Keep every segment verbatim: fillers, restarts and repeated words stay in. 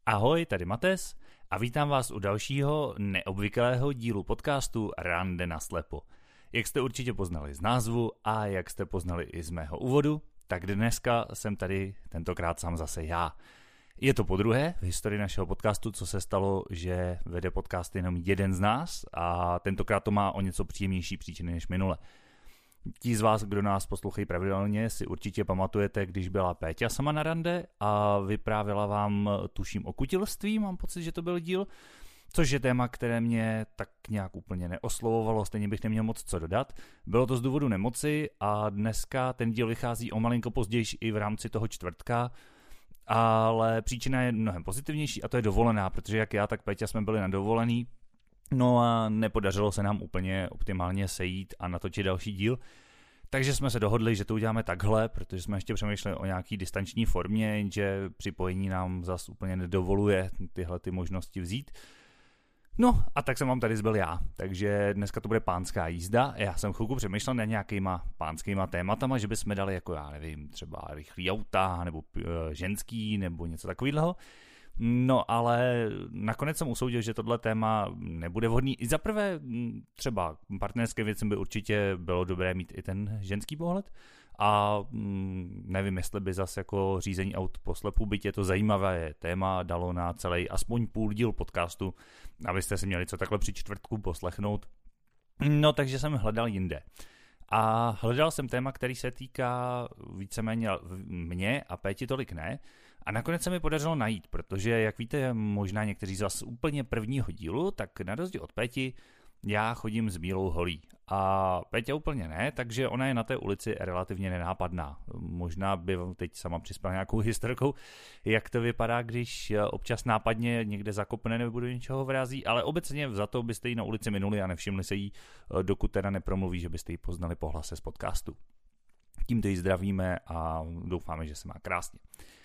Ahoj, tady Mates a vítám vás u dalšího neobvyklého dílu podcastu Rande naslepo. Jak jste určitě poznali z názvu a jak jste poznali i z mého úvodu, tak dneska jsem tady tentokrát sám zase já. Je to podruhé v historii našeho podcastu, co se stalo, že vede podcast jenom jeden z nás a tentokrát to má o něco příjemnější příčiny než minule. Ti z vás, kdo nás poslouchají pravidelně, si určitě pamatujete, když byla Péťa sama na rande a vyprávěla vám, tuším, o kutilství, mám pocit, že to byl díl, což je téma, které mě tak nějak úplně neoslovovalo, stejně bych neměl moc co dodat. Bylo to z důvodu nemoci a dneska ten díl vychází o malinko později i v rámci toho čtvrtka, ale příčina je mnohem pozitivnější a to je dovolená, protože jak já, tak Péťa jsme byli na dovolený. No a nepodařilo se nám úplně optimálně sejít a natočit další díl, takže jsme se dohodli, že to uděláme takhle, protože jsme ještě přemýšleli o nějaký distanční formě, jenže připojení nám zas úplně nedovoluje tyhle ty možnosti vzít. No a tak jsem vám tady zbyl já, takže dneska to bude pánská jízda. Já jsem chvilku přemýšlel na nějakýma pánskýma tématama, že bychom dali jako já nevím, třeba rychlý auta, nebo uh, ženský, nebo něco takového. No ale nakonec jsem usoudil, že tohle téma nebude vhodný. I zaprvé třeba partnerské věcem by určitě bylo dobré mít i ten ženský pohled a nevím, jestli by zase jako řízení aut po slepu, byť je to zajímavé téma, dalo na celý aspoň půl díl podcastu, abyste si měli co takhle při čtvrtku poslechnout. No takže jsem hledal jinde. A hledal jsem téma, který se týká víceméně mě a Péti tolik ne. A nakonec se mi podařilo najít, protože, jak víte, možná někteří z vás úplně prvního dílu, tak na rozdíl od Péti, já chodím s bílou holí. A Péťa úplně ne, takže ona je na té ulici relativně nenápadná. Možná by teď sama přispěla nějakou historkou, jak to vypadá, když občas nápadně někde zakopne nebo do něčeho vrazí, ale obecně za to byste ji na ulici minuli a nevšimli se jí, dokud teda nepromluví, že byste ji poznali po hlase z podcastu. Tímto ji zdravíme a doufáme, že se má krásně.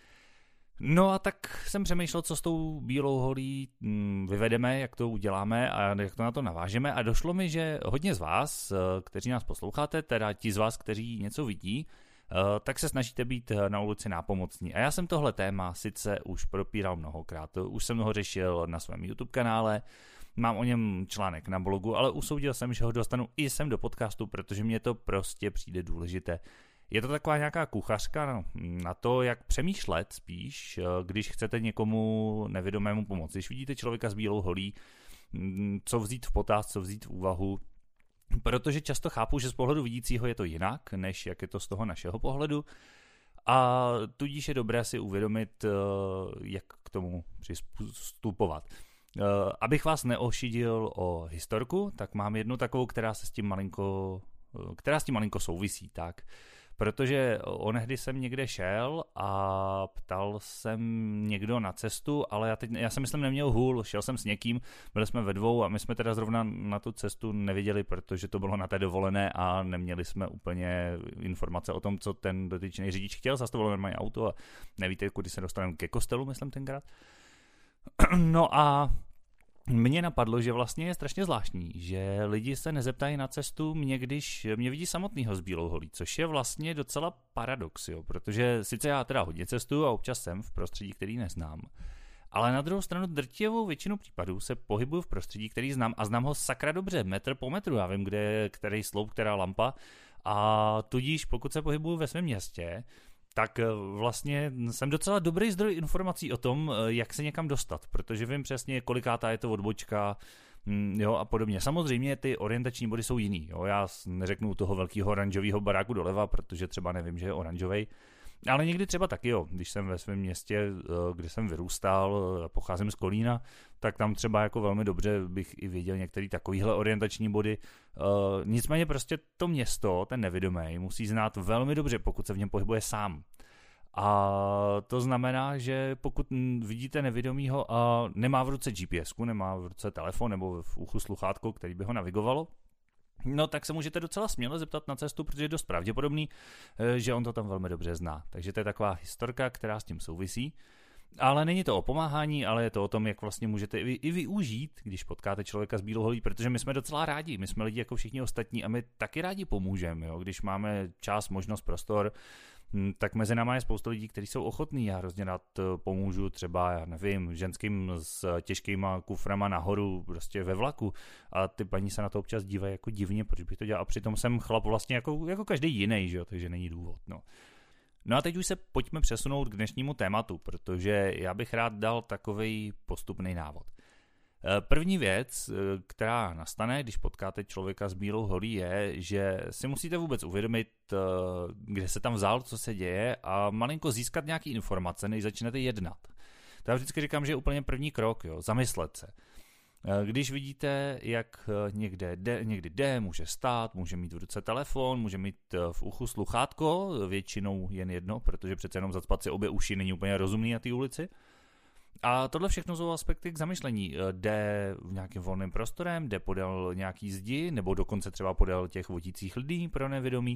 No a tak jsem přemýšlel, co s tou bílou holí vyvedeme, jak to uděláme a jak to na to navážeme a došlo mi, že hodně z vás, kteří nás posloucháte, teda ti z vás, kteří něco vidí, tak se snažíte být na ulici nápomocní. A já jsem tohle téma sice už propíral mnohokrát, už jsem ho řešil na svém YouTube kanále, mám o něm článek na blogu, ale usoudil jsem, že ho dostanu i sem do podcastu, protože mně to prostě přijde důležité. Je to taková nějaká kuchařka no, na to, jak přemýšlet spíš, když chcete někomu nevědomému pomoct. Když vidíte člověka s bílou holí, co vzít v potaz, co vzít v úvahu, protože často chápu, že z pohledu vidícího je to jinak, než jak je to z toho našeho pohledu a tudíž je dobré si uvědomit, jak k tomu přistupovat. Abych vás neošidil o historku, tak mám jednu takovou, která se s tím malinko, která s tím malinko souvisí, tak. Protože onehdy jsem někde šel a ptal jsem někdo na cestu, ale já, teď, já jsem myslím neměl hůl, šel jsem s někým, byli jsme ve dvou a my jsme teda zrovna na tu cestu neviděli, protože to bylo na té dovolené a neměli jsme úplně informace o tom, co ten dotyčný řidič chtěl, zastavilo normálně auto a nevíte, kudy se dostaneme ke kostelu, myslím tenkrát. No a mně napadlo, že vlastně je strašně zvláštní, že lidi se nezeptají na cestu mě, když mě vidí samotného s bílou holí, což je vlastně docela paradox, jo, protože sice já teda hodně cestuju a občas jsem v prostředí, který neznám, ale na druhou stranu drtivou většinu případů se pohybuju v prostředí, který znám a znám ho sakra dobře, metr po metru, já vím, kde je který sloup, která lampa a tudíž pokud se pohybuju ve svém městě, tak vlastně jsem docela dobrý zdroj informací o tom, jak se někam dostat, protože vím přesně, kolikátá je to odbočka, jo, a podobně. Samozřejmě ty orientační body jsou jiný, jo, já neřeknu toho velkého oranžového baráku doleva, protože třeba nevím, že je oranžovej, ale někdy třeba taky, jo, když jsem ve svém městě, kde jsem vyrůstal, pocházím z Kolína, tak tam třeba jako velmi dobře bych i věděl některé takovýhle orientační body. Nicméně prostě to město, ten nevědomý, musí znát velmi dobře, pokud se v něm pohybuje sám. A to znamená, že pokud vidíte nevědomýho a nemá v ruce G P S ku, nemá v ruce telefon nebo v uchu sluchátko, který by ho navigovalo, no tak se můžete docela směle zeptat na cestu, protože je dost pravděpodobný, že on to tam velmi dobře zná. Takže to je taková historka, která s tím souvisí. Ale není to o pomáhání, ale je to o tom, jak vlastně můžete i, i využít, když potkáte člověka s bílou holí, protože my jsme docela rádi, my jsme lidi jako všichni ostatní a my taky rádi pomůžeme, jo? Když máme čas, možnost, prostor, tak mezi náma je spousta lidí, kteří jsou ochotní. Já hrozně rád pomůžu třeba, já nevím, ženským s těžkýma kuframa nahoru prostě ve vlaku a ty paní se na to občas dívají jako divně, proč bych to dělal a přitom jsem chlap vlastně jako, jako každý jiný, že jo? Takže není důvod, no. No a teď už se pojďme přesunout k dnešnímu tématu, protože já bych rád dal takovej postupný návod. První věc, která nastane, když potkáte člověka s bílou holí, je, že si musíte vůbec uvědomit, kde se tam vzal, co se děje a malinko získat nějaké informace, než začnete jednat. To já vždycky říkám, že je úplně první krok, jo, zamyslet se. Když vidíte, jak někde jde, někdy jde, může stát, může mít v ruce telefon, může mít v uchu sluchátko, většinou jen jedno, protože přece jenom zacpat si obě uši není úplně rozumný na té ulici. A tohle všechno jsou aspekty k zamyšlení. Jde v nějakým volným prostorem, jde podél nějaký zdi, nebo dokonce třeba podél těch vodících lidí pro nevědomí.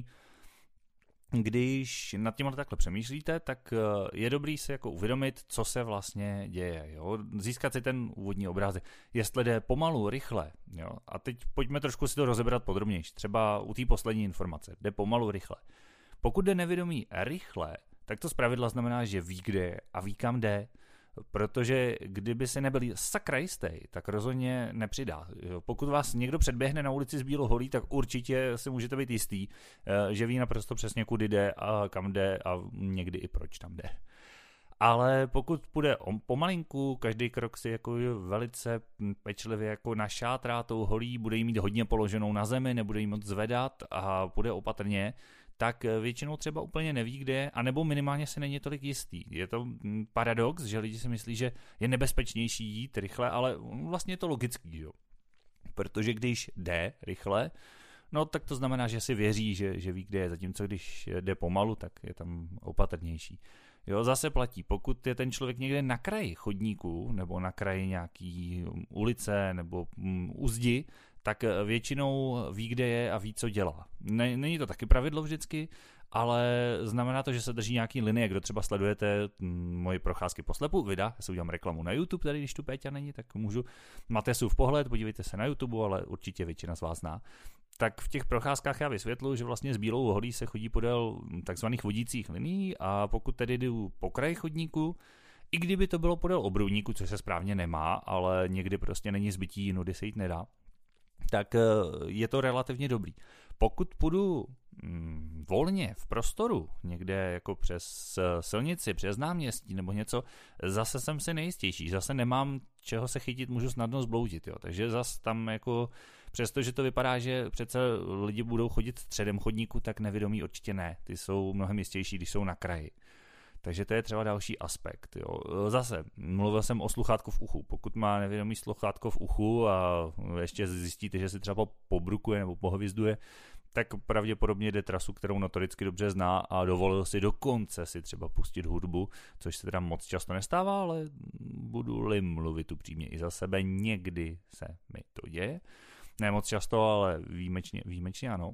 Když nad tím takhle přemýšlíte, tak je dobrý si jako uvědomit, co se vlastně děje. Jo? Získat si ten úvodní obrázek. Jestli jde pomalu, rychle. Jo? A teď pojďme trošku si to rozebrat podrobněji. Třeba u té poslední informace. Jde pomalu, rychle. Pokud jde nevědomí rychle, tak to zpravidla znamená, že ví, kde je a ví, kam jde. Protože kdyby si nebyli sakra jistý, tak rozhodně nepřidá. Pokud vás někdo předběhne na ulici s bílou holí, tak určitě si můžete být jistý, že ví naprosto přesně, kudy jde a kam jde a někdy i proč tam jde. Ale pokud půjde pomalinku, každý krok si jako velice pečlivě jako našátrá tou holí, bude jí mít hodně položenou na zemi, nebude jí moc zvedat a půjde opatrně, tak většinou třeba úplně neví, kde je, anebo minimálně si není tolik jistý. Je to paradox, že lidi si myslí, že je nebezpečnější jít rychle, ale vlastně je to logický, jo. Protože když jde rychle, no tak to znamená, že si věří, že, že ví, kde je, zatímco když jde pomalu, tak je tam opatrnější. Jo, zase platí, pokud je ten člověk někde na kraji chodníku, nebo na kraji nějaký ulice, nebo u zdi, tak většinou ví, kde je a ví, co dělá. Není to taky pravidlo vždycky, ale znamená to, že se drží nějaký linie. Kdo třeba sledujete moje procházky po slepu, videa, já si udělám reklamu na YouTube, tady když tu Péťa není, tak můžu. Máte svůj vpohled, podívejte se na YouTube, ale určitě většina z vás zná. Tak v těch procházkách já vysvětluji, že vlastně s bílou holí se chodí podél takzvaných vodících linií a pokud tedy jdu po kraji chodníku, i kdyby to bylo podél obrubníku, což se správně nemá, ale někdy prostě není zbytí, nudy se jít nedá, tak je to relativně dobrý. Pokud půjdu mm, volně v prostoru, někde jako přes silnici, přes náměstí nebo něco, zase jsem si nejistější, zase nemám čeho se chytit, můžu snadno zbloudit, jo. Takže zase tam jako, přestože to vypadá, že přece lidi budou chodit středem chodníku, tak nevědomí určitě ne, ty jsou mnohem jistější, když jsou na kraji. Takže to je třeba další aspekt. Jo. Zase, mluvil jsem o sluchátku v uchu. Pokud má nevědomý sluchátko v uchu a ještě zjistíte, že si třeba pobrukuje nebo pohvizduje, tak pravděpodobně jde trasu, kterou notoricky dobře zná a dovolil si dokonce si třeba pustit hudbu, což se teda moc často nestává, ale budu-li mluvit upřímně i za sebe, někdy se mi to děje. Ne moc často, ale výjimečně, výjimečně ano.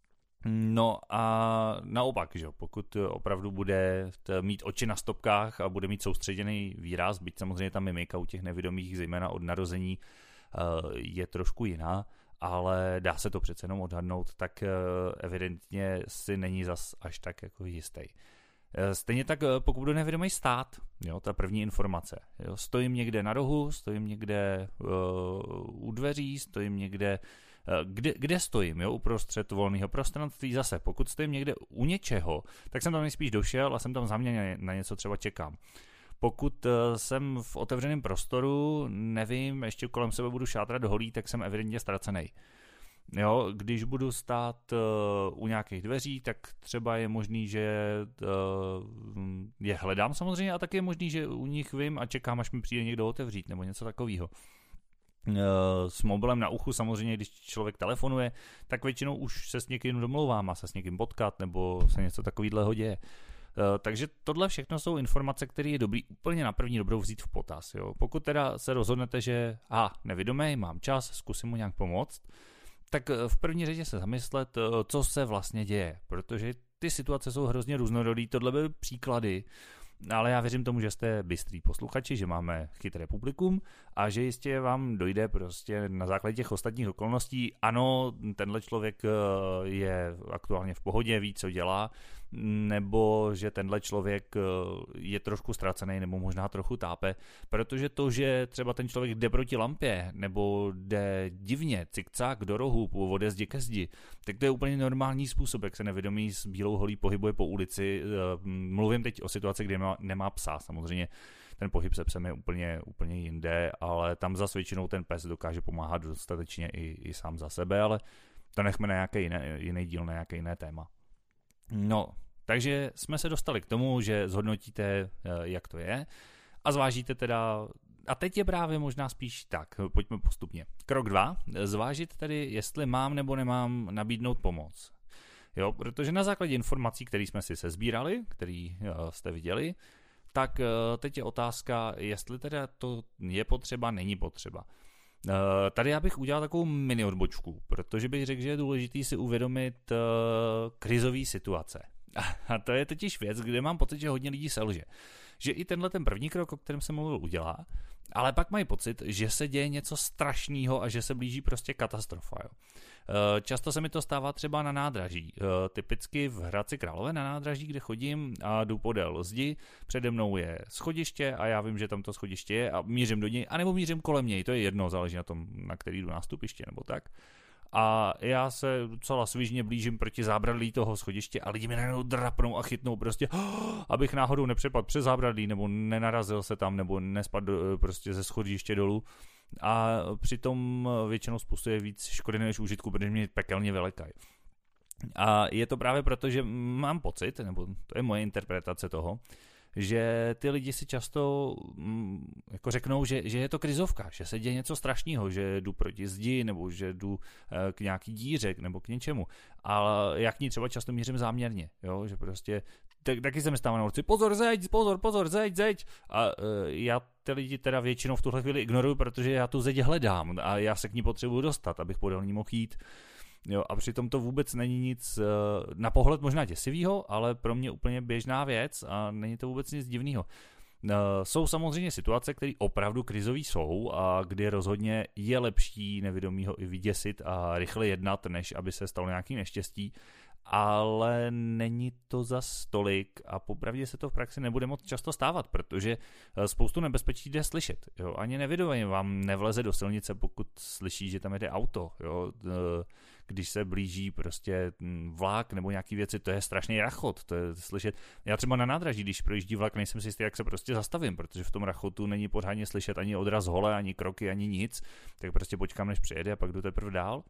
No a naopak, že pokud opravdu bude mít oči na stopkách a bude mít soustředěný výraz, byť samozřejmě ta mimika u těch nevědomých, zejména od narození, je trošku jiná, ale dá se to přece jenom odhadnout, tak evidentně si není zas až tak jako jistý. Stejně tak, pokud budu nevědomý stát, jo, ta první informace. Jo, stojím někde na rohu, stojím někde uh, u dveří, stojím někde Kde, kde stojím, jo, uprostřed volného prostranství, zase, pokud stojím někde u něčeho, tak jsem tam nejspíš došel a jsem tam záměrně na něco třeba čekám. Pokud jsem v otevřeném prostoru, nevím, ještě kolem sebe budu šátrat holí, tak jsem evidentně ztracený. Jo, když budu stát uh, u nějakých dveří, tak třeba je možný, že uh, je hledám samozřejmě a taky je možný, že u nich vím a čekám, až mi přijde někdo otevřít nebo něco takového. S mobilem na uchu samozřejmě, když člověk telefonuje, tak většinou už se s někým domlouvá, má se s někým potkat nebo se něco takového děje. Takže tohle všechno jsou informace, které je dobrý úplně na první dobrou vzít v potaz. Jo. Pokud teda se rozhodnete, že a nevědomý, mám čas, zkusím mu nějak pomoct, tak v první řadě se zamyslet, co se vlastně děje, protože ty situace jsou hrozně různorodý, tohle byly příklady, ale já věřím tomu, že jste bystrý posluchači, že máme chytré publikum a že jistě vám dojde prostě na základě těch ostatních okolností, ano, tenhle člověk je aktuálně v pohodě, ví, co dělá, nebo že tenhle člověk je trošku ztracený nebo možná trochu tápe, protože to, že třeba ten člověk jde proti lampě nebo jde divně, cikcák do rohu, ode zdi ke zdi, tak to je úplně normální způsob, jak se nevědomý s bílou holí pohybuje po ulici. Mluvím teď o situaci, kde nemá, nemá psa, samozřejmě ten pohyb se psem je úplně, úplně jinde, ale tam zas většinou ten pes dokáže pomáhat dostatečně i, i sám za sebe, ale to nechme na nějaký jiný, jiný díl, na nějaké jiné téma. No, takže jsme se dostali k tomu, že zhodnotíte, jak to je a zvážíte teda, a teď je právě možná spíš tak, pojďme postupně. Krok dva, zvážit tedy, jestli mám nebo nemám nabídnout pomoc. Jo, protože na základě informací, které jsme si sesbírali, které jste viděli, tak teď je otázka, jestli teda to je potřeba, není potřeba. Tady já bych udělal takovou mini odbočku, protože bych řekl, že je důležité si uvědomit krizové situace. A to je totiž věc, kde mám pocit, že hodně lidí selže. Že i tenhle ten první krok, o kterém jsem mluvil, udělá, ale pak mají pocit, že se děje něco strašného a že se blíží prostě katastrofa. Jo. Často se mi to stává třeba na nádraží. Typicky v Hradci Králové na nádraží, kde chodím a jdu podél zdi, přede mnou je schodiště a já vím, že tam to schodiště je a mířím do něj, anebo mířím kolem něj, to je jedno, záleží na tom, na který jdu nástupiště nebo tak. A já se docela svižně blížím proti zábradlí toho schodiště a lidi mi najednou drapnou a chytnou prostě, oh, abych náhodou nepřepadl přes zábradlí, nebo nenarazil se tam, nebo nespadl prostě ze schodiště dolů. A přitom většinou způsobuje víc škody než užitku, protože mě pekelně vylekají. A je to právě proto, že mám pocit, nebo to je moje interpretace toho, že ty lidi si často jako řeknou, že, že je to krizovka, že se děje něco strašného, že jdu proti zdi, nebo že jdu k nějaký díře, nebo k něčemu. Ale já k ní třeba často mířím záměrně, jo? Že prostě tak, taky se mi stává na ulici, pozor, zeď, pozor, pozor, zeď, zeď. A uh, já ty lidi teda většinou v tuhle chvíli ignoruju, protože já tu zeď hledám a já se k ní potřebuji dostat, abych podél ní mohl jít. Jo, a přitom to vůbec není nic na pohled možná děsivého, ale pro mě úplně běžná věc a není to vůbec nic divného. Jsou samozřejmě situace, které opravdu krizové jsou a kdy rozhodně je lepší nevědomýho i vyděsit a rychle jednat, než aby se stalo nějaký neštěstí, ale není to za stolik a popravdě se to v praxi nebude moc často stávat, protože spoustu nebezpečí jde slyšet. Jo. Ani nevědomý vám nevleze do silnice, pokud slyší, že tam jede auto. Jo. Když se blíží prostě vlak nebo nějaký věci, to je strašný rachot, to je slyšet. Já třeba na nádraží, když projíždí vlak, nejsem si jistý, jak se prostě zastavím, protože v tom rachotu není pořádně slyšet ani odraz hole, ani kroky, ani nic, tak prostě počkám, než přijede a pak jdu teprve dál.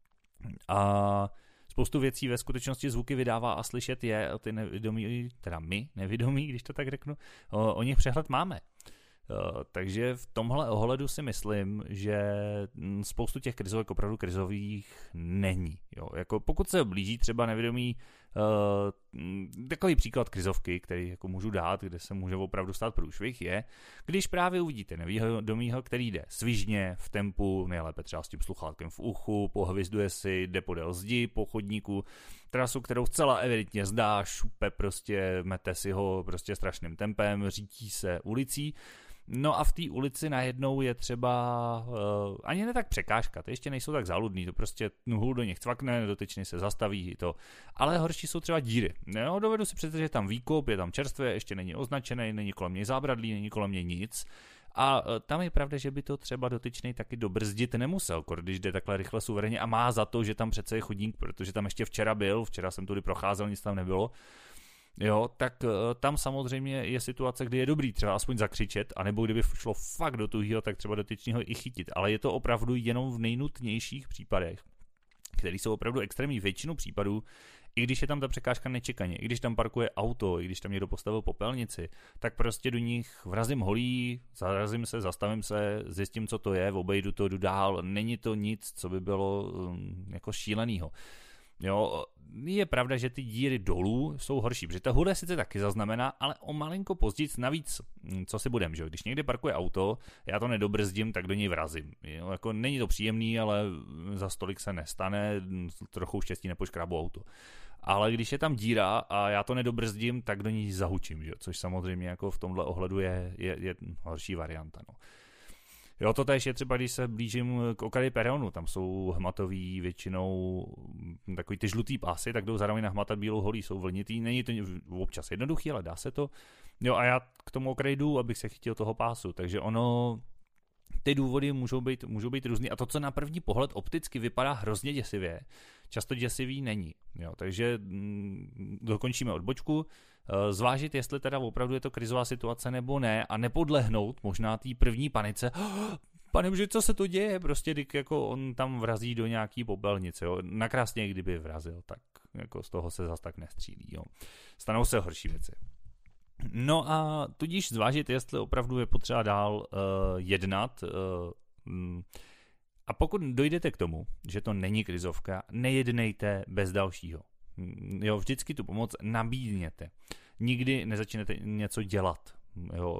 A spoustu věcí ve skutečnosti zvuky vydává a slyšet je, ty nevědomí, teda my nevědomí, když to tak řeknu, o, o nich přehled máme. Uh, takže v tomhle ohledu si myslím, že spoustu těch krizovek opravdu krizových není. Jo. Jako pokud se blíží třeba nevědomý uh, takový příklad krizovky, který jako můžu dát, kde se může opravdu stát průšvih, je, když právě uvidíte nevědomýho, který jde svižně, v tempu, nejlépe třeba s tím sluchátkem v uchu, pohvizduje si, jde podél zdi, po chodníku, trasu, kterou zcela evidentně zdá, šupe prostě, mete si ho prostě strašným tempem, řítí se ulicí. No a v té ulici najednou je třeba uh, ani ne tak překážka, ty ještě nejsou tak záludný, to prostě hůl do nich cvakne, dotyčný se zastaví to, ale horší jsou třeba díry. No, dovedu si představit, že tam výkop, je tam čerstvé, ještě není označený, není kolem něj zábradlí, není kolem něj nic. A uh, tam je pravda, že by to třeba dotyčný taky dobrzdit nemusel, když jde takhle rychle suverénně a má za to, že tam přece je chodník, protože tam ještě včera byl, včera jsem tudy procházel, nic tam nebylo. Jo, tak uh, tam samozřejmě je situace, kdy je dobrý třeba aspoň zakřičet, anebo kdyby šlo fakt do tuhýho, tak třeba dotyčního i chytit, ale je to opravdu jenom v nejnutnějších případech, které jsou opravdu extrémní většinu případů, i když je tam ta překážka nečekaně, i když tam parkuje auto, i když tam někdo postavil popelnici, tak prostě do nich vrazím holí, zarazím se, zastavím se, zjistím, co to je, obejdu to, jdu dál, není to nic, co by bylo um, jako šílenýho. Jo, je pravda, že ty díry dolů jsou horší, protože ta huda sice taky zaznamená, ale o malinko později navíc, co si budem, že když někde parkuje auto, já to nedobrzdím, tak do něj vrazím. Jo, jako není to příjemný, ale za stolik se nestane, trochu štěstí nepoškrábu auto. ale když je tam díra a já to nedobrzdím, tak do ní zahučím, že? Což samozřejmě jako v tomhle ohledu je, je, je horší varianta. No. Jo, to též je třeba, když se blížím k okraji peronu, tam jsou hmatový většinou takový ty žlutý pásy, tak jdou zároveň nahmatat bílou holí, jsou vlnitý, není to občas jednoduchý, ale dá se to. Jo, a já k tomu okraji jdu, abych se chytil toho pásu, takže ono, ty důvody můžou být, můžou být různý a to, co na první pohled opticky vypadá hrozně děsivě, často děsivý není. Jo, takže mm, dokončíme odbočku, zvážit, jestli teda opravdu je to krizová situace nebo ne a nepodlehnout možná té první panice. Pane bože, co se to děje? Prostě když jako on tam vrazí do nějaký popelnice. Jo. Nakrásně, kdyby vrazil, tak jako z toho se zas tak nestřílí. Jo. Stanou se horší věci. No a tudíž zvážit, jestli opravdu je potřeba dál uh, jednat. Uh, a pokud dojdete k tomu, že to není krizovka, nejednejte bez dalšího. Jo, vždycky tu pomoc nabídněte. Nikdy nezačnete něco dělat. Jo,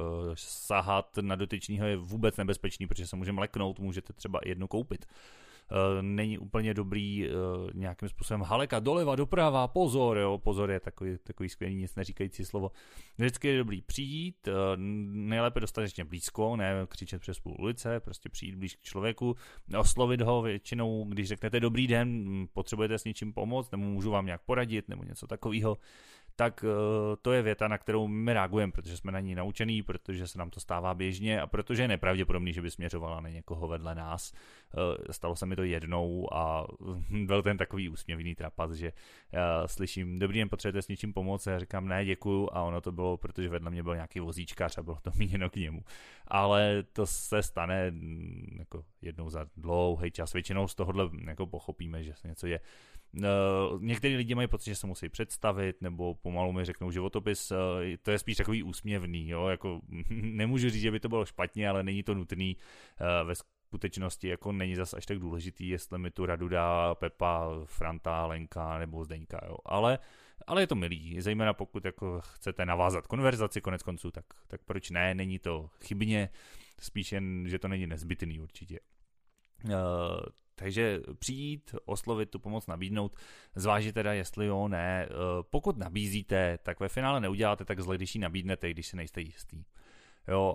sahat na dotyčného je vůbec nebezpečný, protože se můžeme leknout, můžete třeba jednu koupit. Není úplně dobrý nějakým způsobem halekat doleva, doprava, pozor, jo, pozor je takový, takový skvělý, nic neříkající slovo. Vždycky je dobrý přijít, nejlépe dostatečně blízko, ne křičet přes půl ulice, prostě přijít blíž k člověku, oslovit ho většinou, když řeknete dobrý den, potřebujete s něčím pomoct, nebo můžu vám nějak poradit, nebo něco takového. Tak to je věta, na kterou my reagujeme, protože jsme na ní naučený, protože se nám to stává běžně a protože je nepravděpodobný, že by směřovala na někoho vedle nás. Stalo se mi to jednou a byl ten takový úsměvný trapas, že já slyším, dobrý den, potřebujete s něčím pomoct? A já říkám, ne, děkuju, a ono to bylo, protože vedle mě byl nějaký vozíčkař a bylo to míněno k němu. Ale to se stane jako jednou za dlouhý čas, většinou z tohohle jako pochopíme, že se něco je. Uh, některý lidi mají pocit, že se musí představit, nebo pomalu mi řeknou životopis, uh, to je spíš takový úsměvný, jo, jako nemůžu říct, že by to bylo špatně, ale není to nutný, uh, ve skutečnosti jako není zas až tak důležitý, jestli mi tu radu dá Pepa, Franta, Lenka nebo Zdeňka, jo, ale, ale je to milý, zejména pokud jako chcete navázat konverzaci konec konců, tak, tak proč ne, není to chybně, spíš jen, že to není nezbytný určitě. Uh, Takže přijít, oslovit, tu pomoc nabídnout, zvážit teda, jestli jo, ne. Pokud nabízíte, tak ve finále neuděláte tak zle, když ji nabídnete, když si nejste jistý. Jo,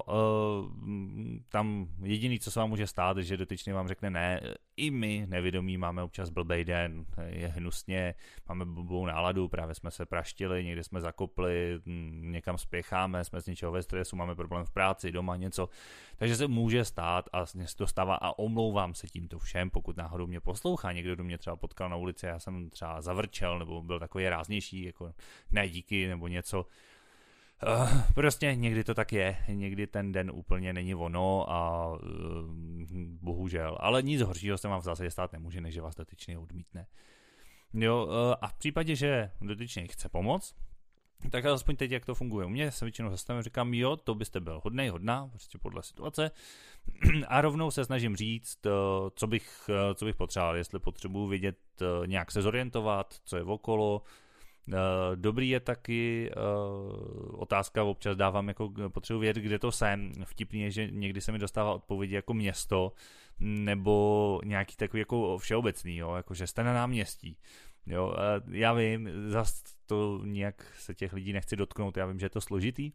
tam jediný, co se vám může stát, že dotyčný vám řekne ne. I my, nevědomí, máme občas blbej den, je hnusně, máme blbou náladu, právě jsme se praštili, někde jsme zakopli, někam spěcháme, jsme z něčeho ve stresu, máme problém v práci, doma něco. Takže se může stát a se to stává a omlouvám se tímto všem, pokud náhodou mě poslouchá, někdo do mě třeba potkal na ulici, já jsem třeba zavrčel nebo byl takový ráznější, jako ne díky nebo něco. Uh, prostě někdy to tak je, někdy ten den úplně není ono a uh, bohužel, ale nic horšího se vám v zásadě stát nemůže, než že vás dotyčný odmítne. Jo, uh, a v případě, že dotyčný chce pomoct, tak aspoň teď, jak to funguje u mě, se většinou zastavím, říkám, jo, to byste byl hodnej, hodná, prostě podle situace a rovnou se snažím říct, co bych, co bych potřeboval, jestli potřebuji vědět, nějak se zorientovat, co je okolo. Dobrý je taky otázka, občas dávám, jako potřebuji vědět, kde to jsem. Vtipný je, že někdy se mi dostává odpovědi jako město, nebo nějaký takový jako všeobecný, jo, jako že jste na náměstí. Jo, já vím, zase to nějak se těch lidí nechci dotknout, já vím, že je to složitý,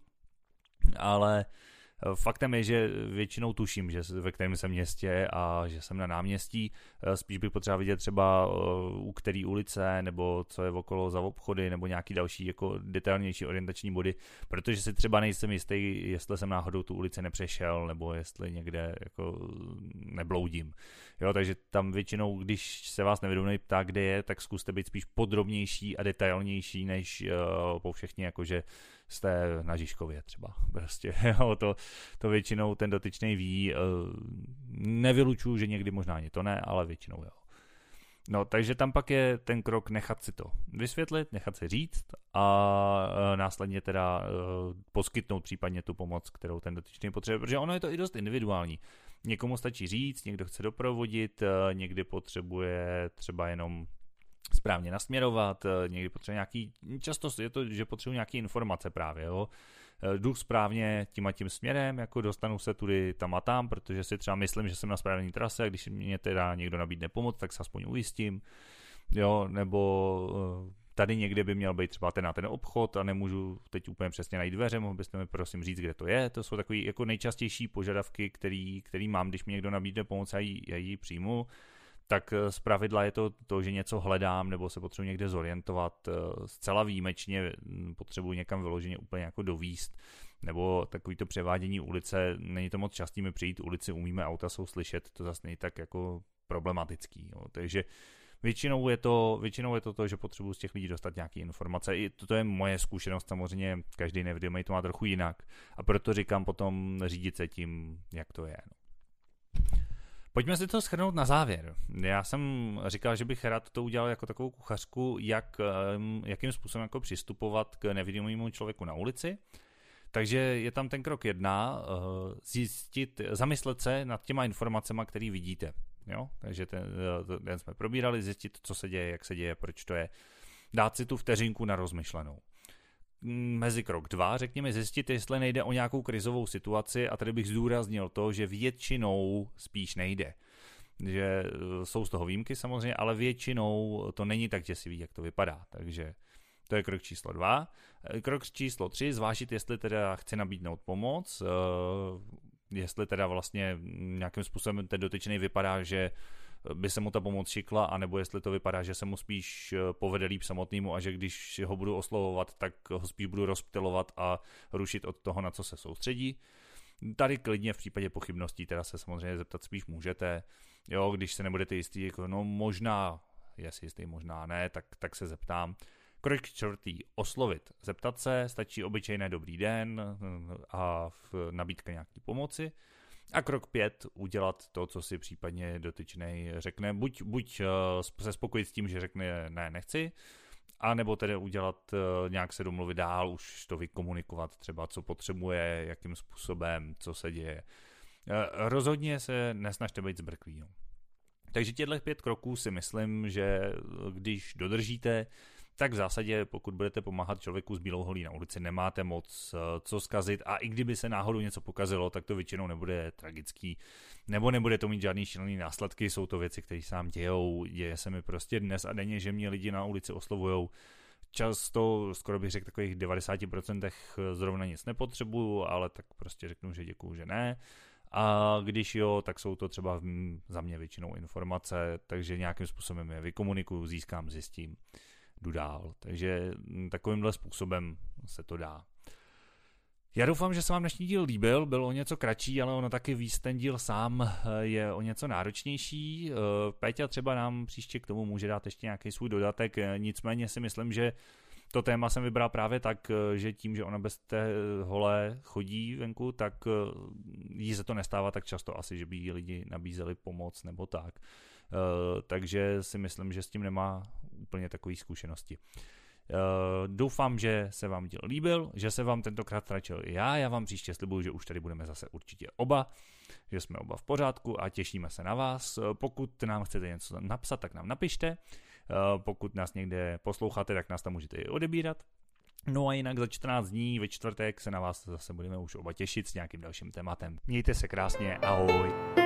ale faktem je, že většinou tuším, že ve kterém jsem městě a že jsem na náměstí. Spíš bych potřeba vidět třeba u který ulice, nebo co je okolo za obchody, nebo nějaký další jako detailnější orientační body, protože si třeba nejsem jistý, jestli jsem náhodou tu ulici nepřešel, nebo jestli někde jako nebloudím. Jo, takže tam většinou, když se vás nevědomý ptá, kde je, tak zkuste být spíš podrobnější a detailnější, než uh, po všichni, jakože jste na Žižkově třeba. Prostě, jo, to, to většinou ten dotyčný ví. Uh, nevylučuju, že někdy možná ani to ne, ale většinou jo. No, takže tam pak je ten krok nechat si to vysvětlit, nechat si říct a uh, následně teda uh, poskytnout případně tu pomoc, kterou ten dotyčný potřebuje, protože ono je to i dost individuální. Někomu stačí říct, někdo chce doprovodit, někdy potřebuje třeba jenom správně nasměrovat, někdy potřebuje nějaký, často je to, že potřebuje nějaké informace právě, jo. Jdu správně tím a tím směrem, jako dostanu se tudy tam a tam, protože si třeba myslím, že jsem na správné trase a když mě teda někdo nabídne pomoc, tak se aspoň ujistím, jo, nebo tady někde by měl být třeba ten na ten obchod a nemůžu teď úplně přesně najít dveře, mohl byste mi prosím říct, kde to je. To jsou takové jako nejčastější požadavky, který, který mám, když mi někdo nabídne pomoc a já ji přijmu. Tak z pravidla je to to, že něco hledám nebo se potřebuji někde zorientovat. Zcela výjimečně potřebuji někam vyloženě úplně jako dovíst, nebo takový to převádění ulice, není to moc častý mi přijít ulici, umíme, auta jsou slyšet, to zase není tak jako problematický. Jo. Takže většinou je, to, většinou je to to, že potřebuji z těch lidí dostat nějaké informace. I to, to je moje zkušenost, samozřejmě každý nevědomý to má trochu jinak. A proto říkám potom řídit se tím, jak to je. No. Pojďme si to shrnout na závěr. Já jsem říkal, že bych rád to udělal jako takovou kuchařku, jak, jakým způsobem jako přistupovat k nevidomému člověku na ulici. Takže je tam ten krok jedna, zjistit, zamyslet se nad těma informacemi, které vidíte. Jo? Takže ten, ten jsme probírali, zjistit, co se děje, jak se děje, proč to je. Dát si tu vteřinku na rozmyšlenou. Mezi krok dva, řekněme, zjistit, jestli nejde o nějakou krizovou situaci, a tady bych zdůraznil to, že většinou spíš nejde. Že jsou z toho výjimky samozřejmě, ale většinou to není tak děsivý, jak to vypadá. Takže to je krok číslo dva. Krok číslo tři, zvážit, jestli teda chci nabídnout pomoc, jestli teda vlastně nějakým způsobem ten dotyčný vypadá, že by se mu ta pomoc šikla, anebo jestli to vypadá, že se mu spíš povede líp samotnému a že když ho budu oslovovat, tak ho spíš budu rozptylovat a rušit od toho, na co se soustředí. Tady klidně v případě pochybností teda se samozřejmě zeptat spíš můžete. Jo, když se nebudete jistý, jako no možná, jestli jistý, možná ne, tak, tak se zeptám. Krok čtvrtý, oslovit. Zeptat se, stačí obyčejné dobrý den a nabídka nějaký pomoci. A krok pět, udělat to, co si případně dotyčnej řekne. Buď, buď se spokojit s tím, že řekne ne, nechci, a nebo tedy udělat, nějak se domluvit dál, už to vykomunikovat třeba, co potřebuje, jakým způsobem, co se děje. Rozhodně se nesnažte být zbrklí. No. Takže těchto pět kroků si myslím, že když dodržíte, tak v zásadě, pokud budete pomáhat člověku s bílou holí na ulici, nemáte moc co zkazit, a i kdyby se náhodou něco pokazilo, tak to většinou nebude tragický, nebo nebude to mít žádný šílený následky, jsou to věci, které se nám dějou, děje se mi prostě dnes a denně, že mě lidi na ulici oslovujou. Často, skoro bych řekl, takových devadesát procent zrovna nic nepotřebuju, ale tak prostě řeknu, že děkuju, že ne. A když jo, tak jsou to třeba za mě většinou informace, takže nějakým způsobem je vykomunikuju, získám, zjistím, jdu dál. Takže takovýmhle způsobem se to dá. Já doufám, že se vám dnešní díl líbil, byl o něco kratší, ale ono taky víc ten díl sám je o něco náročnější. Péťa třeba nám příště k tomu může dát ještě nějaký svůj dodatek, nicméně si myslím, že to téma jsem vybral právě tak, že tím, že ona bez té holé chodí venku, tak jí se to nestává tak často asi, že by jí lidi nabízeli pomoc nebo tak. Takže si myslím, že s tím nemá úplně takové zkušenosti. Doufám, že se vám díl líbil, že se vám tentokrát tračil i já. Já vám příště slibuju, že už tady budeme zase určitě oba, že jsme oba v pořádku a těšíme se na vás. Pokud nám chcete něco napsat, tak nám napište. Pokud nás někde posloucháte, tak nás tam můžete i odebírat. No a jinak za čtrnáct dní ve čtvrtek se na vás zase budeme už oba těšit s nějakým dalším tématem. Mějte se krásně, ahoj.